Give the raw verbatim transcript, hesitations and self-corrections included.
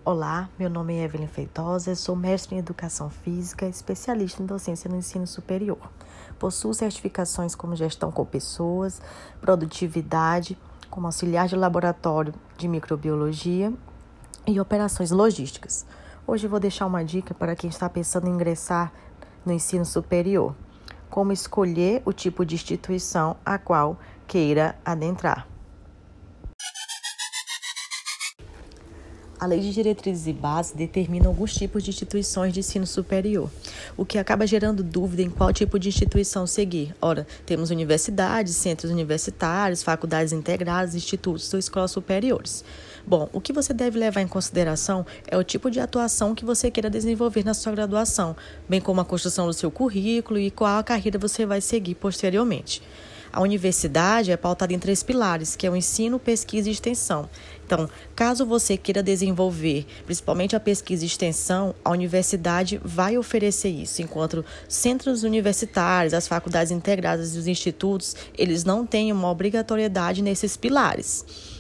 Olá, meu nome é Evelyn Feitosa, sou mestre em Educação Física, especialista em docência no ensino superior. Possuo certificações como gestão com pessoas, produtividade, como auxiliar de laboratório de microbiologia e operações logísticas. Hoje vou deixar uma dica para quem está pensando em ingressar no ensino superior. Como escolher o tipo de instituição a qual queira adentrar. A Lei de Diretrizes e Bases determina alguns tipos de instituições de ensino superior, o que acaba gerando dúvida em qual tipo de instituição seguir. Ora, temos universidades, centros universitários, faculdades integradas, institutos ou escolas superiores. Bom, o que você deve levar em consideração é o tipo de atuação que você queira desenvolver na sua graduação, bem como a construção do seu currículo e qual a carreira você vai seguir posteriormente. A universidade é pautada em três pilares, que é o ensino, pesquisa e extensão. Então, caso você queira desenvolver, principalmente a pesquisa e extensão, a universidade vai oferecer isso, enquanto centros universitários, as faculdades integradas e os institutos, eles não têm uma obrigatoriedade nesses pilares.